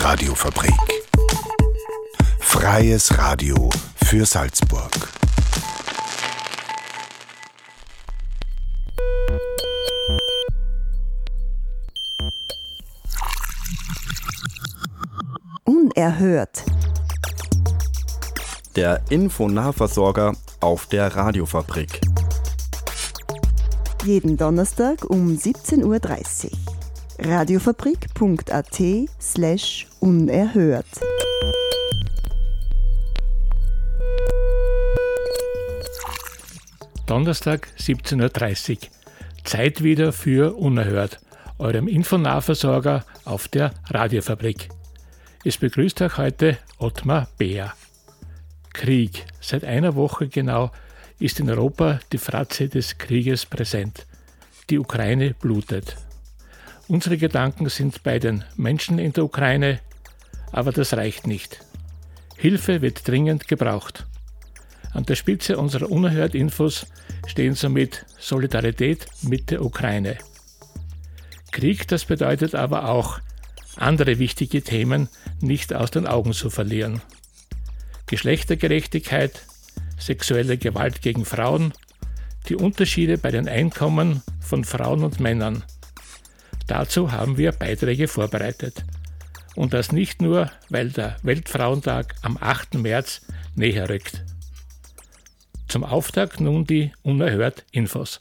Radiofabrik. Freies Radio für Salzburg. Unerhört. Der Infonahversorger auf der Radiofabrik. Jeden Donnerstag um 17.30 Uhr. radiofabrik.at/unerhört. Donnerstag 17.30 Uhr. Zeit wieder für Unerhört, eurem Infonahversorger auf der Radiofabrik. Es begrüßt euch heute Ottmar Beer. Krieg. Seit einer Woche genau ist in Europa die Fratze des Krieges präsent. Die Ukraine blutet. Unsere Gedanken sind bei den Menschen in der Ukraine, aber das reicht nicht. Hilfe wird dringend gebraucht. An der Spitze unserer Unerhört-Infos stehen somit Solidarität mit der Ukraine. Krieg, das bedeutet aber auch, andere wichtige Themen nicht aus den Augen zu verlieren. Geschlechtergerechtigkeit, sexuelle Gewalt gegen Frauen, die Unterschiede bei den Einkommen von Frauen und Männern. Dazu haben wir Beiträge vorbereitet. Und das nicht nur, weil der Weltfrauentag am 8. März näher rückt. Zum Auftakt nun die Unerhört-Infos.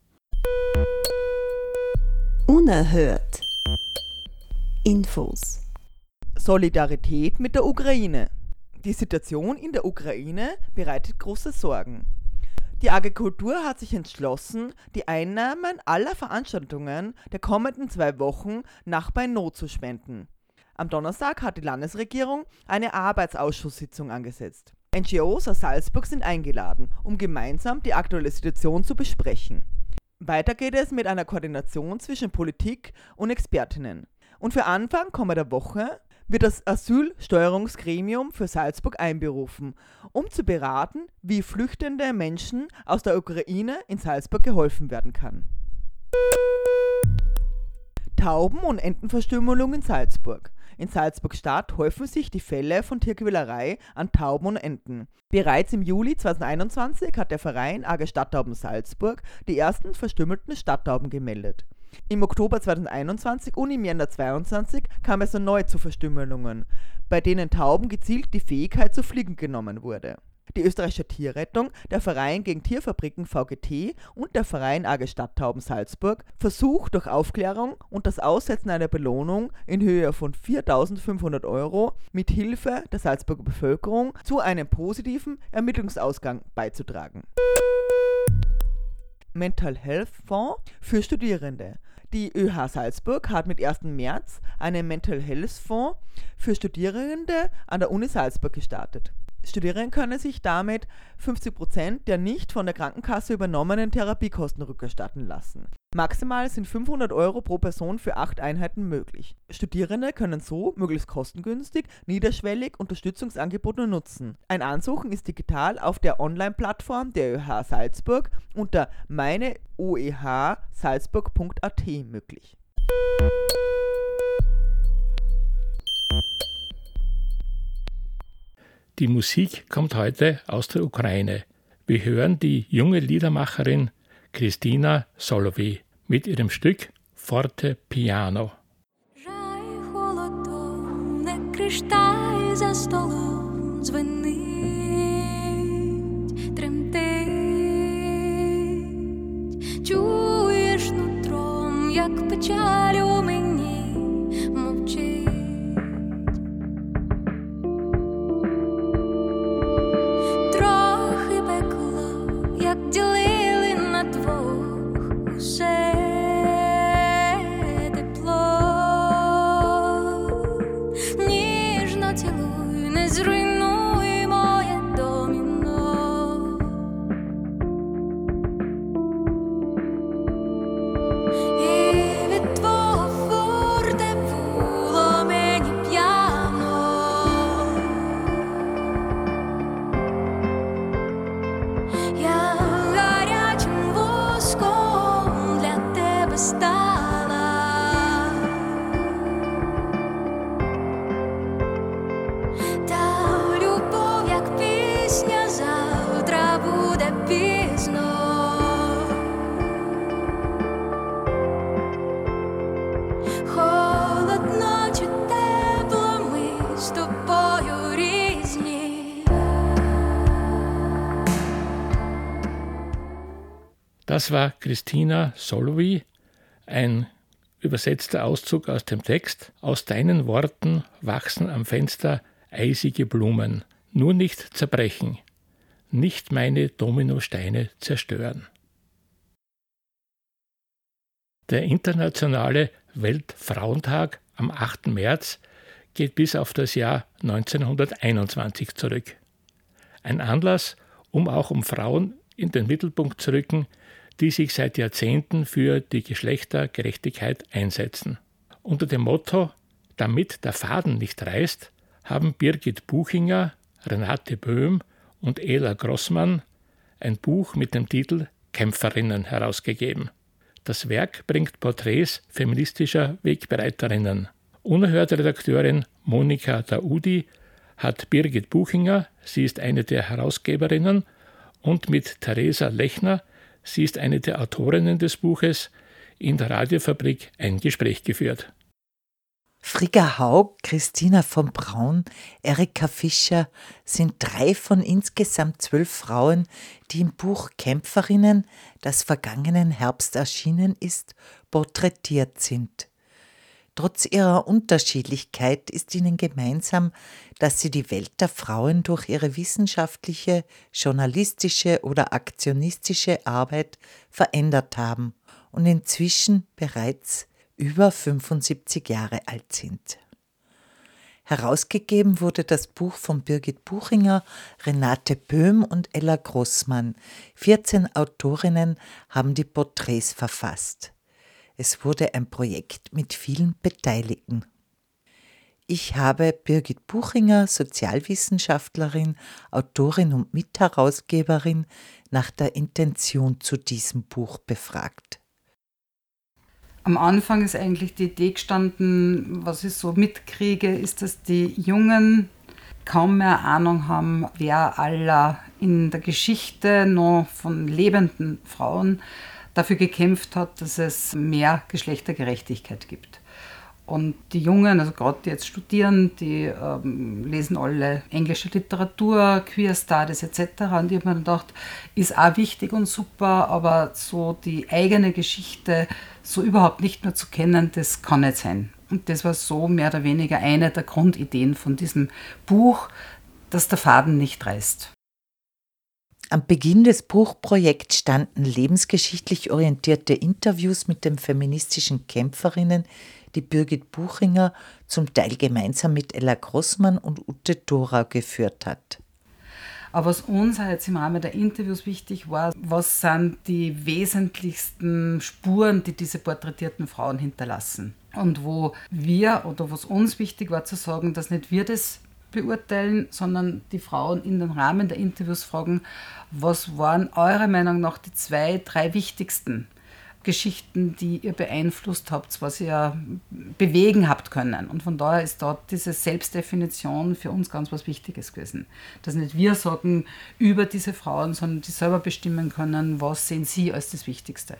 Unerhört. Infos. Solidarität mit der Ukraine. Die Situation in der Ukraine bereitet große Sorgen. Die AG Kultur hat sich entschlossen, die Einnahmen aller Veranstaltungen der kommenden 2 Wochen nach bei Not zu spenden. Am Donnerstag hat die Landesregierung eine Arbeitsausschusssitzung angesetzt. NGOs aus Salzburg sind eingeladen, um gemeinsam die aktuelle Situation zu besprechen. Weiter geht es mit einer Koordination zwischen Politik und Expertinnen. Und für Anfang kommender Woche wird das Asylsteuerungsgremium für Salzburg einberufen, um zu beraten, wie flüchtende Menschen aus der Ukraine in Salzburg geholfen werden kann. Tauben- und Entenverstümmelung in Salzburg. In Salzburg-Stadt häufen sich die Fälle von Tierquälerei an Tauben und Enten. Bereits im Juli 2021 hat der Verein AG Stadttauben Salzburg die ersten verstümmelten Stadttauben gemeldet. Im Oktober 2021 und im Jänner 2022 kam es erneut zu Verstümmelungen, bei denen Tauben gezielt die Fähigkeit zu fliegen genommen wurde. Die österreichische Tierrettung, der Verein gegen Tierfabriken VGT und der Verein AG Stadttauben Salzburg versucht durch Aufklärung und das Aussetzen einer Belohnung in Höhe von 4.500 € mit Hilfe der Salzburger Bevölkerung zu einem positiven Ermittlungsausgang beizutragen. Mental Health Fonds für Studierende. Die ÖH Salzburg hat mit 1. März einen Mental Health Fonds für Studierende an der Uni Salzburg gestartet. Studierende können sich damit 50% der nicht von der Krankenkasse übernommenen Therapiekosten rückerstatten lassen. Maximal sind 500 € pro Person für 8 Einheiten möglich. Studierende können so möglichst kostengünstig, niederschwellig Unterstützungsangebote nutzen. Ein Ansuchen ist digital auf der Online-Plattform der ÖH Salzburg unter meineoehsalzburg.at möglich. Die Musik kommt heute aus der Ukraine. Wir hören die junge Liedermacherin Kristina Solovey mit ihrem Stück Forte Piano. Чуєш нутром, як печаль у мені мовчить. Трохи пекло, як ділили на двох усе тепло. Ніжно цілуй, не зруйнуй моє доміно. І від твого Das war Christina Solowey, ein übersetzter Auszug aus dem Text. Aus deinen Worten wachsen am Fenster eisige Blumen, nur nicht zerbrechen, nicht meine Dominosteine zerstören. Der internationale Weltfrauentag am 8. März geht bis auf das Jahr 1921 zurück. Ein Anlass, um Frauen in den Mittelpunkt zu rücken, die sich seit Jahrzehnten für die Geschlechtergerechtigkeit einsetzen. Unter dem Motto »Damit der Faden nicht reißt« haben Birgit Buchinger, Renate Böhm und Ela Grossmann ein Buch mit dem Titel »Kämpferinnen« herausgegeben. Das Werk bringt Porträts feministischer Wegbereiterinnen. Unerhört-Redakteurin Monika Daoudi hat Birgit Buchinger, sie ist eine der Herausgeberinnen, und mit Theresa Lechner, sie ist eine der Autorinnen des Buches, in der Radiofabrik ein Gespräch geführt. Frigga Haug, Christina von Braun, Erika Fischer sind 3 von insgesamt 12 Frauen, die im Buch Kämpferinnen, das vergangenen Herbst erschienen ist, porträtiert sind. Trotz ihrer Unterschiedlichkeit ist ihnen gemeinsam, dass sie die Welt der Frauen durch ihre wissenschaftliche, journalistische oder aktionistische Arbeit verändert haben und inzwischen bereits über 75 Jahre alt sind. Herausgegeben wurde das Buch von Birgit Buchinger, Renate Böhm und Ella Grossmann. 14 Autorinnen haben die Porträts verfasst. Es wurde ein Projekt mit vielen Beteiligten. Ich habe Birgit Buchinger, Sozialwissenschaftlerin, Autorin und Mitherausgeberin, nach der Intention zu diesem Buch befragt. Am Anfang ist eigentlich die Idee gestanden, was ich so mitkriege, ist, dass die Jungen kaum mehr Ahnung haben, wer aller in der Geschichte noch von lebenden Frauen dafür gekämpft hat, dass es mehr Geschlechtergerechtigkeit gibt. Und die Jungen, also gerade die jetzt studieren, die lesen alle englische Literatur, Queer Studies etc. Und ich habe mir gedacht, ist auch wichtig und super, aber so die eigene Geschichte so überhaupt nicht mehr zu kennen, das kann nicht sein. Und das war so mehr oder weniger eine der Grundideen von diesem Buch, dass der Faden nicht reißt. Am Beginn des Buchprojekts standen lebensgeschichtlich orientierte Interviews mit den feministischen Kämpferinnen, die Birgit Buchinger zum Teil gemeinsam mit Ella Grossmann und Ute Thorau geführt hat. Aber was uns jetzt im Rahmen der Interviews wichtig war, was sind die wesentlichsten Spuren, die diese porträtierten Frauen hinterlassen. Und wo wir, oder was uns wichtig war zu sagen, dass nicht wir das beurteilen, sondern die Frauen in den Rahmen der Interviews fragen, was waren eurer Meinung nach die 2, 3 wichtigsten Geschichten, die ihr beeinflusst habt, was ihr bewegen habt können. Und von daher ist dort diese Selbstdefinition für uns ganz was Wichtiges gewesen. Dass nicht wir sagen über diese Frauen, sondern die selber bestimmen können, was sehen sie als das Wichtigste.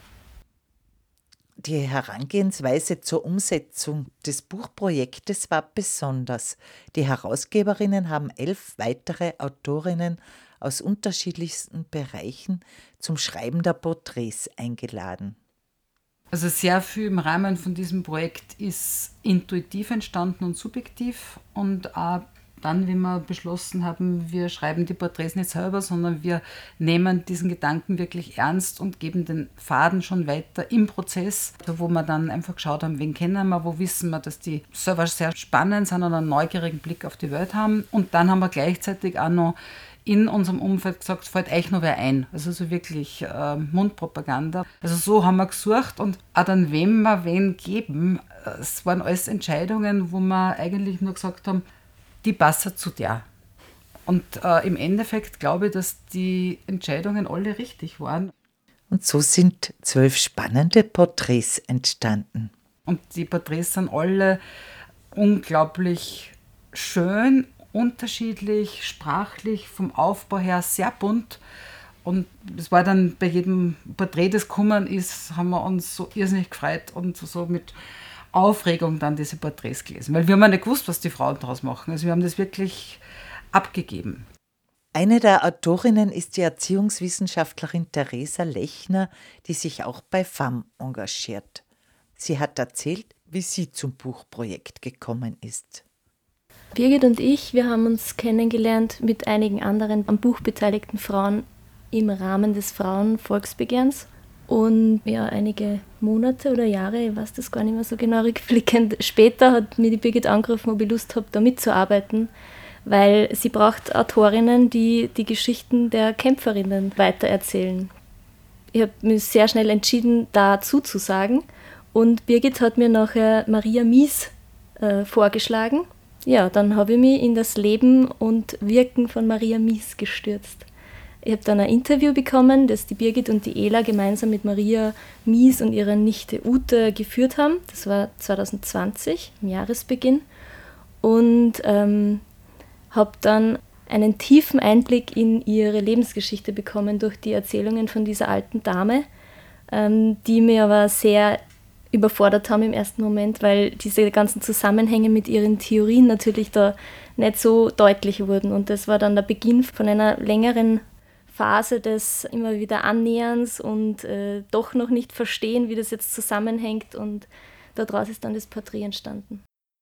Die Herangehensweise zur Umsetzung des Buchprojektes war besonders. Die Herausgeberinnen haben 11 weitere Autorinnen aus unterschiedlichsten Bereichen zum Schreiben der Porträts eingeladen. Also sehr viel im Rahmen von diesem Projekt ist intuitiv entstanden und subjektiv und auch dann, wie wir beschlossen haben, wir schreiben die Porträts nicht selber, sondern wir nehmen diesen Gedanken wirklich ernst und geben den Faden schon weiter im Prozess, wo wir dann einfach geschaut haben, wen kennen wir, wo wissen wir, dass die selber sehr spannend sind und einen neugierigen Blick auf die Welt haben. Und dann haben wir gleichzeitig auch noch in unserem Umfeld gesagt, fällt euch noch wer ein. Also so wirklich Mundpropaganda. Also so haben wir gesucht und auch dann, wem wir wen geben, es waren alles Entscheidungen, wo wir eigentlich nur gesagt haben, die passen zu der. Und im Endeffekt glaube ich, dass die Entscheidungen alle richtig waren. Und so sind 12 spannende Porträts entstanden. Und die Porträts sind alle unglaublich schön, unterschiedlich, sprachlich, vom Aufbau her sehr bunt. Und es war dann bei jedem Porträt, das gekommen ist, haben wir uns so irrsinnig gefreut und so mit Aufregung dann diese Porträts gelesen. Weil wir haben ja nicht gewusst, was die Frauen daraus machen. Also wir haben das wirklich abgegeben. Eine der Autorinnen ist die Erziehungswissenschaftlerin Theresa Lechner, die sich auch bei FAM engagiert. Sie hat erzählt, wie sie zum Buchprojekt gekommen ist. Birgit und ich, wir haben uns kennengelernt mit einigen anderen am Buch beteiligten Frauen im Rahmen des Frauenvolksbegehrens. Und ja, einige Monate oder Jahre, ich weiß das gar nicht mehr so genau rückblickend, später hat mir die Birgit angerufen, ob ich Lust habe, da mitzuarbeiten, weil sie braucht Autorinnen, die die Geschichten der Kämpferinnen weitererzählen. Ich habe mich sehr schnell entschieden, da zuzusagen, und Birgit hat mir nachher Maria Mies vorgeschlagen. Ja, dann habe ich mich in das Leben und Wirken von Maria Mies gestürzt. Ich habe dann ein Interview bekommen, das die Birgit und die Ela gemeinsam mit Maria Mies und ihrer Nichte Ute geführt haben. Das war 2020, im Jahresbeginn. Und habe dann einen tiefen Einblick in ihre Lebensgeschichte bekommen durch die Erzählungen von dieser alten Dame, die mir aber sehr überfordert haben im ersten Moment, weil diese ganzen Zusammenhänge mit ihren Theorien natürlich da nicht so deutlich wurden. Und das war dann der Beginn von einer längeren Phase des immer wieder Annäherns und doch noch nicht verstehen, wie das jetzt zusammenhängt. Und daraus ist dann das Porträt entstanden.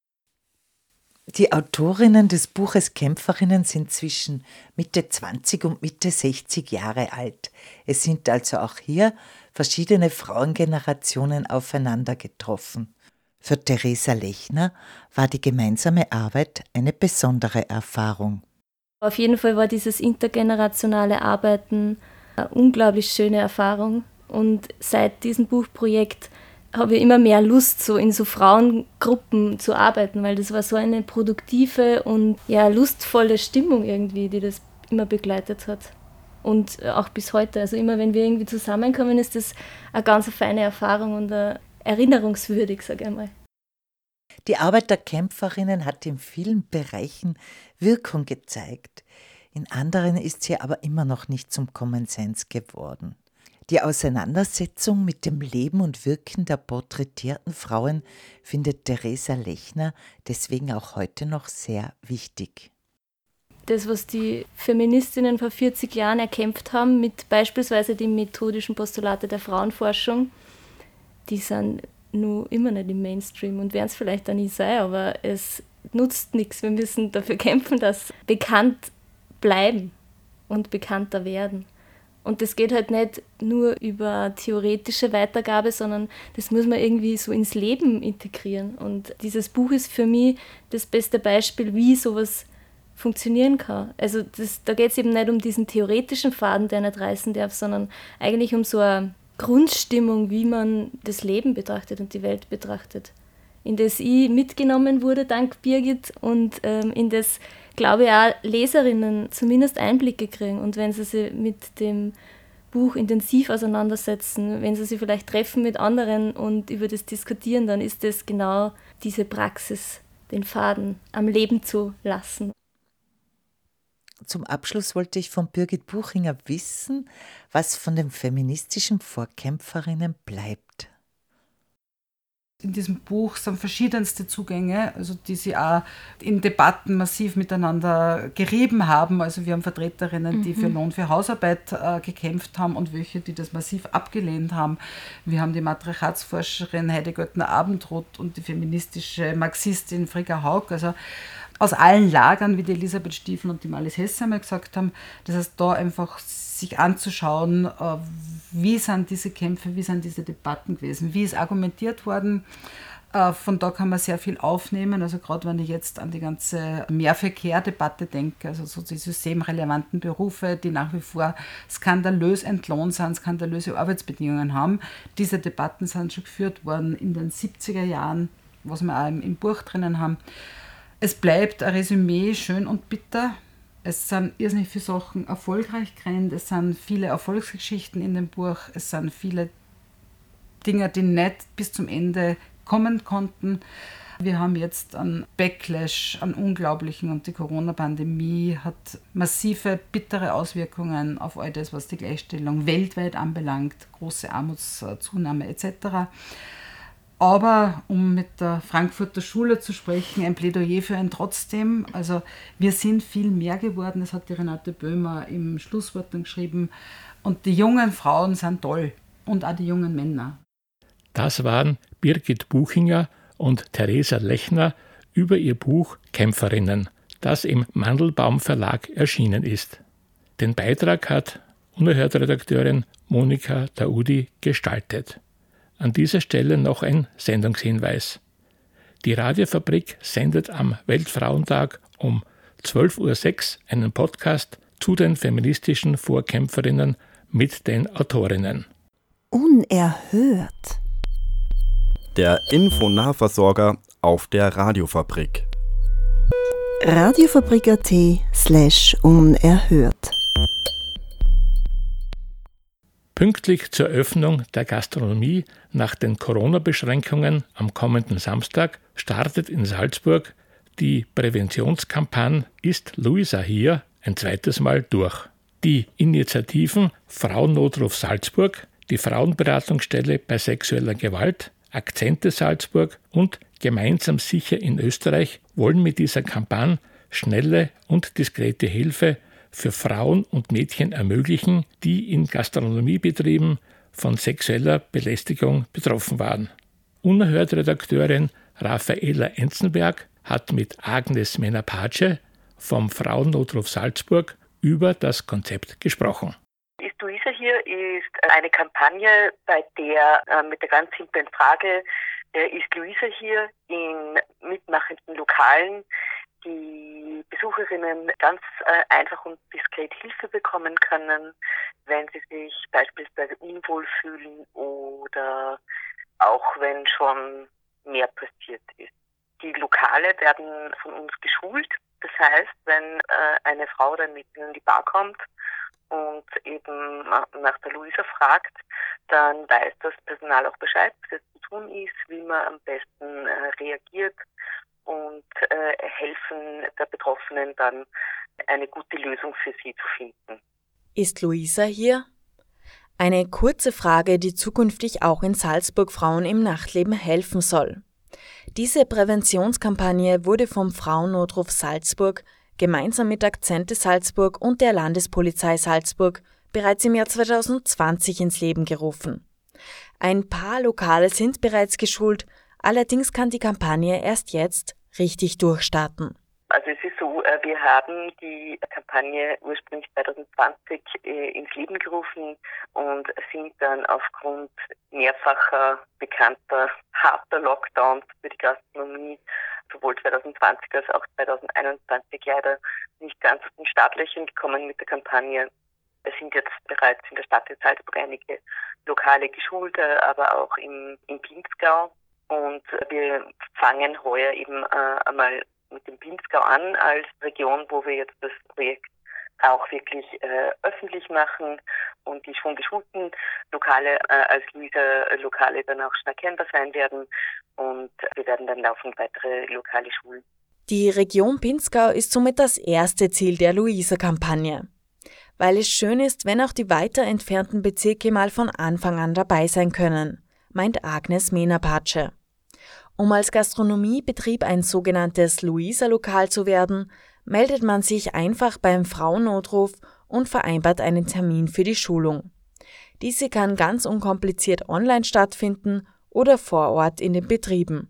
Die Autorinnen des Buches Kämpferinnen sind zwischen Mitte 20 und Mitte 60 Jahre alt. Es sind also auch hier verschiedene Frauengenerationen aufeinander getroffen. Für Theresa Lechner war die gemeinsame Arbeit eine besondere Erfahrung. Auf jeden Fall war dieses intergenerationale Arbeiten eine unglaublich schöne Erfahrung. Und seit diesem Buchprojekt habe ich immer mehr Lust, so in so Frauengruppen zu arbeiten, weil das war so eine produktive und ja, lustvolle Stimmung irgendwie, die das immer begleitet hat. Und auch bis heute. Also immer, wenn wir irgendwie zusammenkommen, ist das eine ganz feine Erfahrung und erinnerungswürdig, sage ich einmal. Die Arbeit der Kämpferinnen hat in vielen Bereichen Wirkung gezeigt. In anderen ist sie aber immer noch nicht zum Common Sense geworden. Die Auseinandersetzung mit dem Leben und Wirken der porträtierten Frauen findet Theresa Lechner deswegen auch heute noch sehr wichtig. Das, was die Feministinnen vor 40 Jahren erkämpft haben, mit beispielsweise den methodischen Postulate der Frauenforschung, die sind nur immer nicht im Mainstream und werden es vielleicht auch nie sein, aber es nutzt nichts. Wir müssen dafür kämpfen, dass bekannt bleiben und bekannter werden. Und das geht halt nicht nur über theoretische Weitergabe, sondern das muss man irgendwie so ins Leben integrieren. Und dieses Buch ist für mich das beste Beispiel, wie sowas funktionieren kann. Also da geht es eben nicht um diesen theoretischen Faden, der nicht reißen darf, sondern eigentlich um so eine Grundstimmung, wie man das Leben betrachtet und die Welt betrachtet. In das ich mitgenommen wurde, dank Birgit, und in das, glaube ich, auch Leserinnen zumindest Einblicke kriegen. Und wenn sie sich mit dem Buch intensiv auseinandersetzen, wenn sie sich vielleicht treffen mit anderen und über das diskutieren, dann ist das genau diese Praxis, den Faden am Leben zu lassen. Zum Abschluss wollte ich von Birgit Buchinger wissen, was von den feministischen Vorkämpferinnen bleibt. In diesem Buch sind verschiedenste Zugänge, also die sie auch in Debatten massiv miteinander gerieben haben. Also wir haben Vertreterinnen, die für Lohn für Hausarbeit gekämpft haben und welche, die das massiv abgelehnt haben. Wir haben die Matriarchatsforscherin Heide Göttner-Abendroth und die feministische Marxistin Frigga Haug. Also aus allen Lagern, wie die Elisabeth Stiefel und die Marlies Hesse einmal gesagt haben. Das heißt, da einfach sich anzuschauen, wie sind diese Kämpfe, wie sind diese Debatten gewesen, wie ist argumentiert worden. Von da kann man sehr viel aufnehmen, also gerade wenn ich jetzt an die ganze Mehrverkehr-Debatte denke, also so die systemrelevanten Berufe, die nach wie vor skandalös entlohnt sind, skandalöse Arbeitsbedingungen haben. Diese Debatten sind schon geführt worden in den 70er Jahren, was wir auch im Buch drinnen haben. Es bleibt ein Resümee, schön und bitter. Es sind irrsinnig viele Sachen erfolgreich gerannt. Es sind viele Erfolgsgeschichten in dem Buch. Es sind viele Dinge, die nicht bis zum Ende kommen konnten. Wir haben jetzt einen Backlash, einen unglaublichen, und die Corona-Pandemie hat massive, bittere Auswirkungen auf all das, was die Gleichstellung weltweit anbelangt, große Armutszunahme etc. Aber um mit der Frankfurter Schule zu sprechen, ein Plädoyer für ein Trotzdem. Also wir sind viel mehr geworden, das hat die Renate Böhmer im Schlusswort dann geschrieben. Und die jungen Frauen sind toll und auch die jungen Männer. Das waren Birgit Buchinger und Theresa Lechner über ihr Buch Kämpferinnen, das im Mandelbaum Verlag erschienen ist. Den Beitrag hat Unerhört-Redakteurin Monika Daoudi gestaltet. An dieser Stelle noch ein Sendungshinweis. Die Radiofabrik sendet am Weltfrauentag um 12.06 Uhr einen Podcast zu den feministischen Vorkämpferinnen mit den Autorinnen. Unerhört. Der Infonahversorger auf der Radiofabrik. Radiofabrik.at/unerhört. Pünktlich zur Öffnung der Gastronomie nach den Corona-Beschränkungen am kommenden Samstag startet in Salzburg die Präventionskampagne Ist Luisa hier ein zweites Mal durch. Die Initiativen Frauennotruf Salzburg, die Frauenberatungsstelle bei sexueller Gewalt, Akzente Salzburg und Gemeinsam sicher in Österreich wollen mit dieser Kampagne schnelle und diskrete Hilfe für Frauen und Mädchen ermöglichen, die in Gastronomiebetrieben von sexueller Belästigung betroffen waren. Unerhört-Redakteurin Raffaela Enzenberg hat mit Agnes Menapace vom Frauennotruf Salzburg über das Konzept gesprochen. Ist Luisa hier ist eine Kampagne, bei der mit der ganz simplen Frage, ist Luisa hier in mitmachenden Lokalen die Besucherinnen ganz einfach und diskret Hilfe bekommen können, wenn sie sich beispielsweise unwohl fühlen oder auch wenn schon mehr passiert ist. Die Lokale werden von uns geschult. Das heißt, wenn eine Frau dann mit in die Bar kommt und eben nach der Luisa fragt, dann weiß das Personal auch Bescheid, was jetzt zu tun ist, wie man am besten reagiert und helfen der Betroffenen dann eine gute Lösung für sie zu finden. Ist Luisa hier? Eine kurze Frage, die zukünftig auch in Salzburg Frauen im Nachtleben helfen soll. Diese Präventionskampagne wurde vom Frauennotruf Salzburg gemeinsam mit Akzente Salzburg und der Landespolizei Salzburg bereits im Jahr 2020 ins Leben gerufen. Ein paar Lokale sind bereits geschult, allerdings kann die Kampagne erst jetzt richtig durchstarten. Also es ist so, wir haben die Kampagne ursprünglich 2020 ins Leben gerufen und sind dann aufgrund mehrfacher bekannter harter Lockdowns für die Gastronomie sowohl 2020 als auch 2021 leider nicht ganz aus den Startlöchern gekommen mit der Kampagne. Es sind jetzt bereits in der Stadt Salzburg einige Lokale geschult, aber auch im Pinzgau. Und wir fangen heuer eben einmal mit dem Pinzgau an als Region, wo wir jetzt das Projekt auch wirklich öffentlich machen und die schon geschulten Lokale als Luisa-Lokale dann auch schon erkennbar sein werden und wir werden dann laufend weitere Lokale schulen. Die Region Pinzgau ist somit das erste Ziel der Luisa-Kampagne. Weil es schön ist, wenn auch die weiter entfernten Bezirke mal von Anfang an dabei sein können, meint Agnes Menapace. Um als Gastronomiebetrieb ein sogenanntes Luisa-Lokal zu werden, meldet man sich einfach beim Frauennotruf und vereinbart einen Termin für die Schulung. Diese kann ganz unkompliziert online stattfinden oder vor Ort in den Betrieben.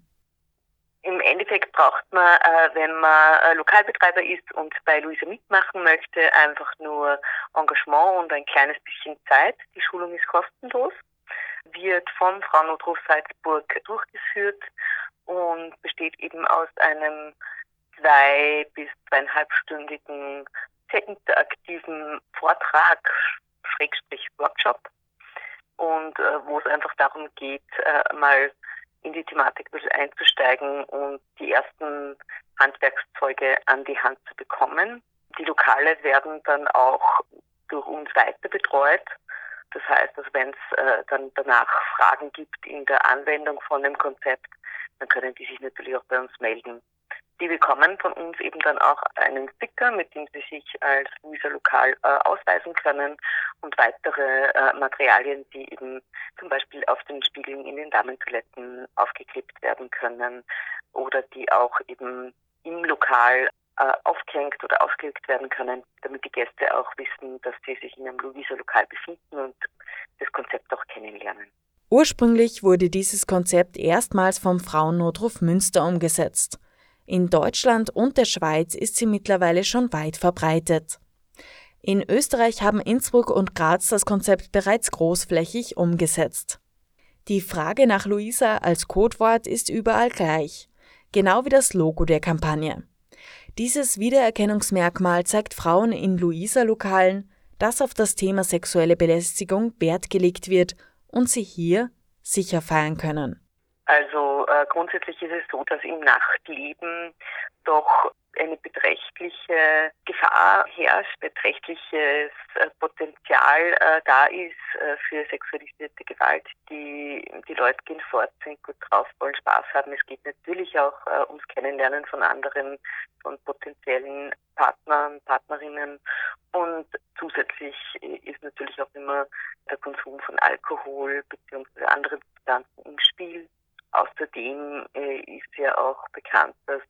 Im Endeffekt braucht man, wenn man Lokalbetreiber ist und bei Luisa mitmachen möchte, einfach nur Engagement und ein kleines bisschen Zeit. Die Schulung ist kostenlos, wird vom Frauennotruf Salzburg durchgeführt und besteht eben aus einem 2- bis 2,5-stündigen sehr interaktiven Vortrag, Workshop und wo es einfach darum geht, mal in die Thematik ein bisschen einzusteigen und die ersten Handwerkszeuge an die Hand zu bekommen. Die Lokale werden dann auch durch uns weiter betreut. Das heißt, dass wenn es dann danach Fragen gibt in der Anwendung von dem Konzept, dann können die sich natürlich auch bei uns melden. Die bekommen von uns eben dann auch einen Sticker, mit dem sie sich als Luisa Lokal ausweisen können und weitere Materialien, die eben zum Beispiel auf den Spiegeln in den Damentoiletten aufgeklebt werden können oder die auch eben im Lokal aufgehängt oder ausgelegt werden können, damit die Gäste auch wissen, dass sie sich in einem Luisa Lokal befinden und das Konzept auch kennenlernen. Ursprünglich wurde dieses Konzept erstmals vom Frauennotruf Münster umgesetzt. In Deutschland und der Schweiz ist sie mittlerweile schon weit verbreitet. In Österreich haben Innsbruck und Graz das Konzept bereits großflächig umgesetzt. Die Frage nach Luisa als Codewort ist überall gleich, genau wie das Logo der Kampagne. Dieses Wiedererkennungsmerkmal zeigt Frauen in Luisa-Lokalen, dass auf das Thema sexuelle Belästigung Wert gelegt wird und sie hier sicher feiern können. Also grundsätzlich ist es so, dass im Nachtleben doch eine beträchtliche Gefahr herrscht, beträchtliches Potenzial da ist für sexualisierte Gewalt. Die Leute gehen fort, sind gut drauf, wollen Spaß haben. Es geht natürlich auch ums Kennenlernen von anderen, von potenziellen Partnern, Partnerinnen. Und zusätzlich ist natürlich auch immer der Konsum von Alkohol bzw. anderen Substanzen im Spiel. Außerdem ist ja auch bekannt, dass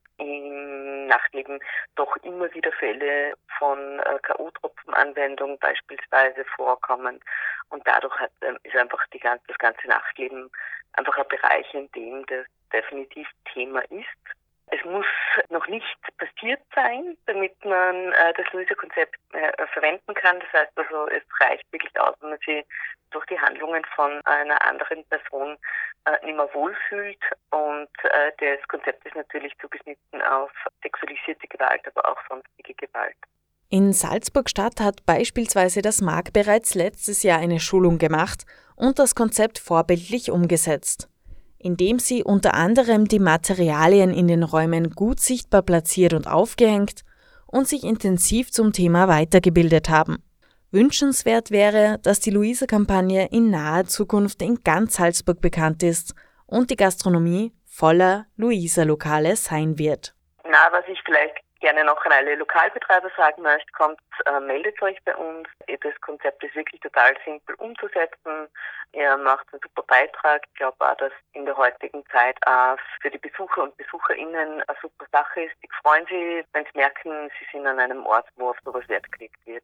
im Nachtleben doch immer wieder Fälle von K.O.-Tropfenanwendung beispielsweise vorkommen. Und dadurch ist einfach das ganze Nachtleben einfach ein Bereich, in dem das definitiv Thema ist. Es muss noch nicht passiert sein, damit man das Luisa-Konzept verwenden kann. Das heißt also, es reicht wirklich aus, wenn man sich durch die Handlungen von einer anderen Person nicht mehr wohlfühlt. Und das Konzept ist natürlich zugeschnitten auf sexualisierte Gewalt, aber auch sonstige Gewalt. In Salzburg-Stadt hat beispielsweise das MAG bereits letztes Jahr eine Schulung gemacht und das Konzept vorbildlich umgesetzt, indem sie unter anderem die Materialien in den Räumen gut sichtbar platziert und aufgehängt und sich intensiv zum Thema weitergebildet haben. Wünschenswert wäre, dass die Luisa-Kampagne in naher Zukunft in ganz Salzburg bekannt ist und die Gastronomie voller Luisa-Lokale sein wird. Was ich vielleicht gerne noch an alle Lokalbetreiber sagen möchte, meldet euch bei uns. Das Konzept ist wirklich total simpel umzusetzen. Ihr macht einen super Beitrag. Ich glaube auch, dass in der heutigen Zeit auch für die Besucher und BesucherInnen eine super Sache ist. Die freuen sich, wenn sie merken, sie sind an einem Ort, wo auf sowas Wert gelegt wird.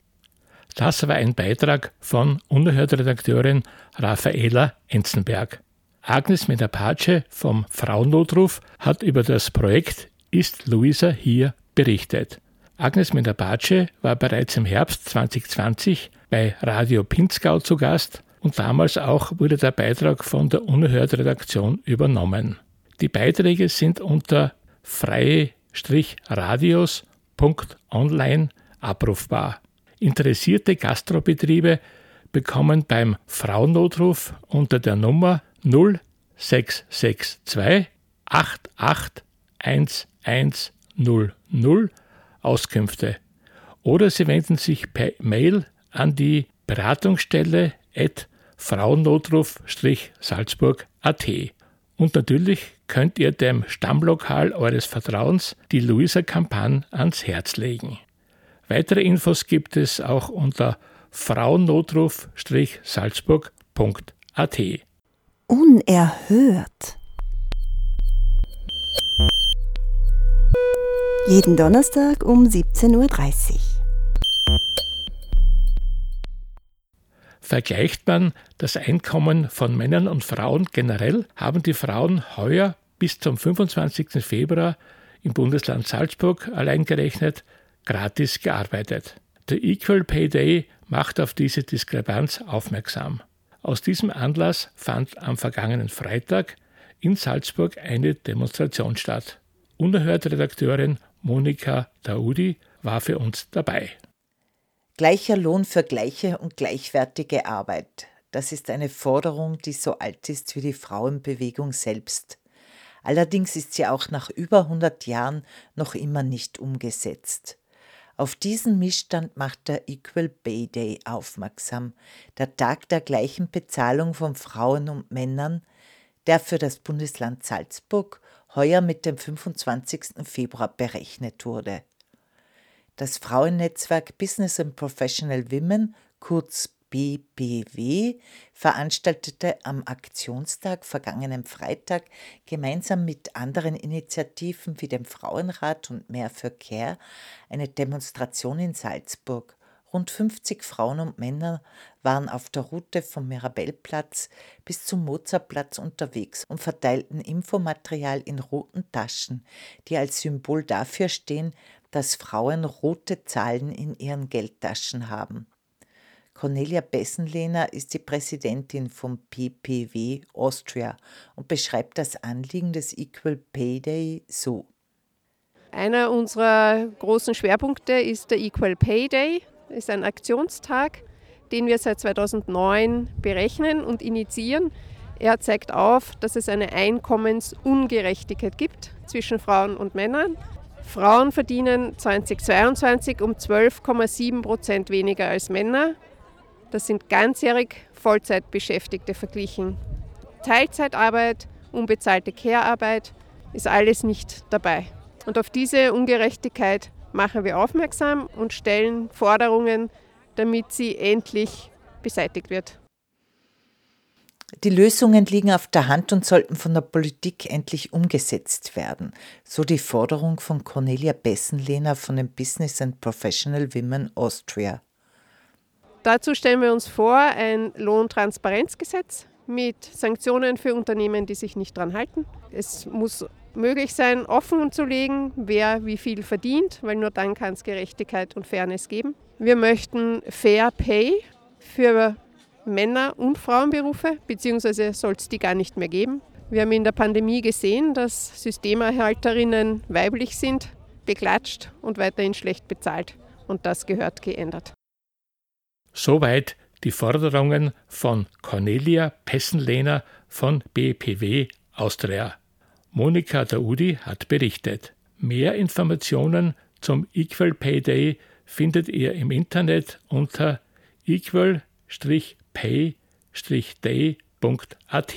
Das war ein Beitrag von Unerhört-Redakteurin Raffaela Enzenberg. Agnes Medapace vom Frauennotruf hat über das Projekt Ist Luisa hier berichtet. Agnes Medapace war bereits im Herbst 2020 bei Radio Pinzgau zu Gast und damals auch wurde der Beitrag von der Unerhört-Redaktion übernommen. Die Beiträge sind unter freie-radios.online abrufbar. Interessierte Gastrobetriebe bekommen beim Frauennotruf unter der Nummer 0662 88 1100 Auskünfte oder sie wenden sich per Mail an die Beratungsstelle @frauennotruf-salzburg.at. Und natürlich könnt ihr dem Stammlokal eures Vertrauens die Luisa-Kampagne ans Herz legen. Weitere Infos gibt es auch unter frauennotruf-salzburg.at. Unerhört. Jeden Donnerstag um 17.30 Uhr. Vergleicht man das Einkommen von Männern und Frauen generell, haben die Frauen heuer bis zum 25. Februar im Bundesland Salzburg allein gerechnet gratis gearbeitet. Der Equal Pay Day macht auf diese Diskrepanz aufmerksam. Aus diesem Anlass fand am vergangenen Freitag in Salzburg eine Demonstration statt. Unerhört-Redakteurin Monika Daoudi war für uns dabei. Gleicher Lohn für gleiche und gleichwertige Arbeit. Das ist eine Forderung, die so alt ist wie die Frauenbewegung selbst. Allerdings ist sie auch nach über 100 Jahren noch immer nicht umgesetzt. Auf diesen Missstand macht der Equal Pay Day aufmerksam, der Tag der gleichen Bezahlung von Frauen und Männern, der für das Bundesland Salzburg heuer mit dem 25. Februar berechnet wurde. Das Frauennetzwerk Business and Professional Women, kurz BPW, veranstaltete am Aktionstag vergangenen Freitag gemeinsam mit anderen Initiativen wie dem Frauenrat und Mehr für Care eine Demonstration in Salzburg. Rund 50 Frauen und Männer waren auf der Route vom Mirabellplatz bis zum Mozartplatz unterwegs und verteilten Infomaterial in roten Taschen, die als Symbol dafür stehen, dass Frauen rote Zahlen in ihren Geldtaschen haben. Cornelia Bessenlehner ist die Präsidentin vom PPW Austria und beschreibt das Anliegen des Equal Pay Day so. Einer unserer großen Schwerpunkte ist der Equal Pay Day. Das ist ein Aktionstag, den wir seit 2009 berechnen und initiieren. Er zeigt auf, dass es eine Einkommensungerechtigkeit gibt zwischen Frauen und Männern. Frauen verdienen 2022 um 12,7% weniger als Männer. Das sind ganzjährig Vollzeitbeschäftigte verglichen. Teilzeitarbeit, unbezahlte Care-Arbeit ist alles nicht dabei. Und auf diese Ungerechtigkeit machen wir aufmerksam und stellen Forderungen, damit sie endlich beseitigt wird. Die Lösungen liegen auf der Hand und sollten von der Politik endlich umgesetzt werden, so die Forderung von Cornelia Bessenlehner von den Business and Professional Women Austria. Dazu stellen wir uns vor, ein Lohntransparenzgesetz mit Sanktionen für Unternehmen, die sich nicht dran halten. Es muss möglich sein, offen zu legen, wer wie viel verdient, weil nur dann kann es Gerechtigkeit und Fairness geben. Wir möchten Fair Pay für Männer- und Frauenberufe, beziehungsweise soll es die gar nicht mehr geben. Wir haben in der Pandemie gesehen, dass Systemerhalterinnen weiblich sind, beklatscht und weiterhin schlecht bezahlt. Und das gehört geändert. Soweit die Forderungen von Cornelia Bessenlehner von BPW Austria. Monika Daoudi hat berichtet. Mehr Informationen zum Equal Pay Day findet ihr im Internet unter equal-pay-day.at.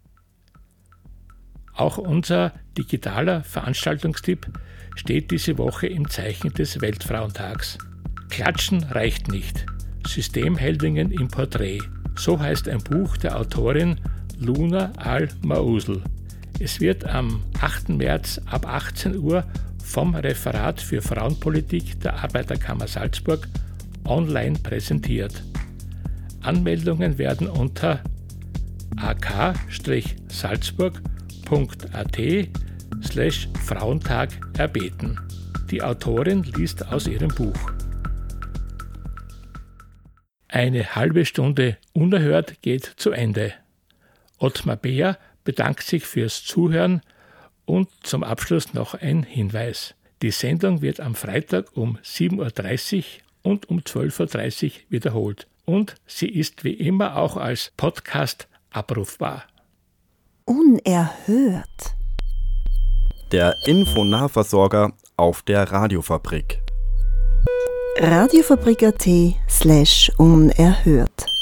Auch unser digitaler Veranstaltungstipp steht diese Woche im Zeichen des Weltfrauentags. Klatschen reicht nicht. Systemheldinnen im Porträt. So heißt ein Buch der Autorin Luna Al-Mausl. Es wird am 8. März ab 18 Uhr vom Referat für Frauenpolitik der Arbeiterkammer Salzburg online präsentiert. Anmeldungen werden unter ak-salzburg.at/Frauentag erbeten. Die Autorin liest aus ihrem Buch. Eine halbe Stunde unerhört geht zu Ende. Ottmar Beer bedankt sich fürs Zuhören und zum Abschluss noch ein Hinweis. Die Sendung wird am Freitag um 7.30 Uhr und um 12.30 Uhr wiederholt und sie ist wie immer auch als Podcast abrufbar. Unerhört. Der Infonahversorger auf der Radiofabrik. Radiofabrik.at/unerhört